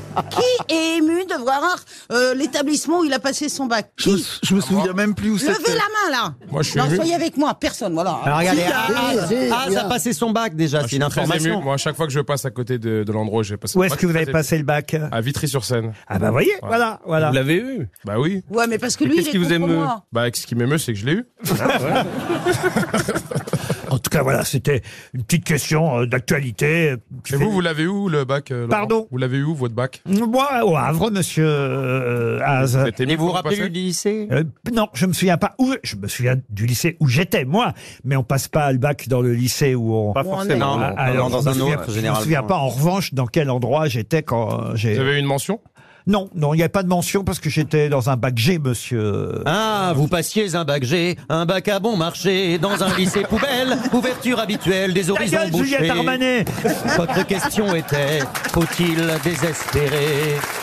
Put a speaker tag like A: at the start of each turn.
A: Qui est ému de voir l'établissement où il a passé son bac?
B: Je me souviens même plus où c'était.
A: Levez la main, là.
C: Moi, je suis
A: Non,
C: ému.
A: soyez avec moi, personne, voilà.
D: Alors regardez,
E: Si,
D: ça a passé son bac déjà,
C: Je
D: c'est
C: suis
D: une
C: très ému.
D: information.
C: Moi, à chaque fois que je passe à côté de l'endroit où j'ai passé
F: Où
C: mon
F: est-ce
C: bac,
F: que vous
C: je suis
F: avez
C: très
F: passé le bac?
C: ému. À Vitry-sur-Seine.
F: Ah bah voyez, voilà.
D: Vous l'avez eu?
C: Bah oui.
A: Ouais, mais parce que lui,
D: Qu'est-ce
A: il
D: qui
A: est
D: vous
A: contre
D: émeut
A: moi.
C: Bah, ce qui m'émeut, c'est que je l'ai eu.
F: En tout cas, voilà, c'était une petite question d'actualité.
C: Et vous l'avez où, le bac, Laurent?
F: Pardon?
C: Vous l'avez où, votre bac?
F: Moi, au Havre, monsieur Az.
C: Vous êtes ému
D: Et vous vous
C: quand
D: rappelez
C: passez
D: du lycée?
F: Non, je me souviens pas où. Je me souviens du lycée où j'étais, moi. Mais on passe pas le bac dans le lycée où on.
D: Pas forcément, non.
F: Alors,
D: dans
F: je me
D: un
F: souviens-
D: autre,
F: Je me
D: généralement.
F: souviens pas, en revanche, dans quel endroit j'étais quand j'ai.
C: Vous avez eu une mention?
F: Non, il n'y avait pas de mention parce que j'étais dans un bac G, monsieur.
D: Ah, vous passiez un bac G, un bac à bon marché, dans un lycée poubelle, ouverture habituelle des
F: Ta
D: horizons
F: gueule, Juliette
D: bouchés.
F: Armanet.
D: Votre question était, faut-il désespérer?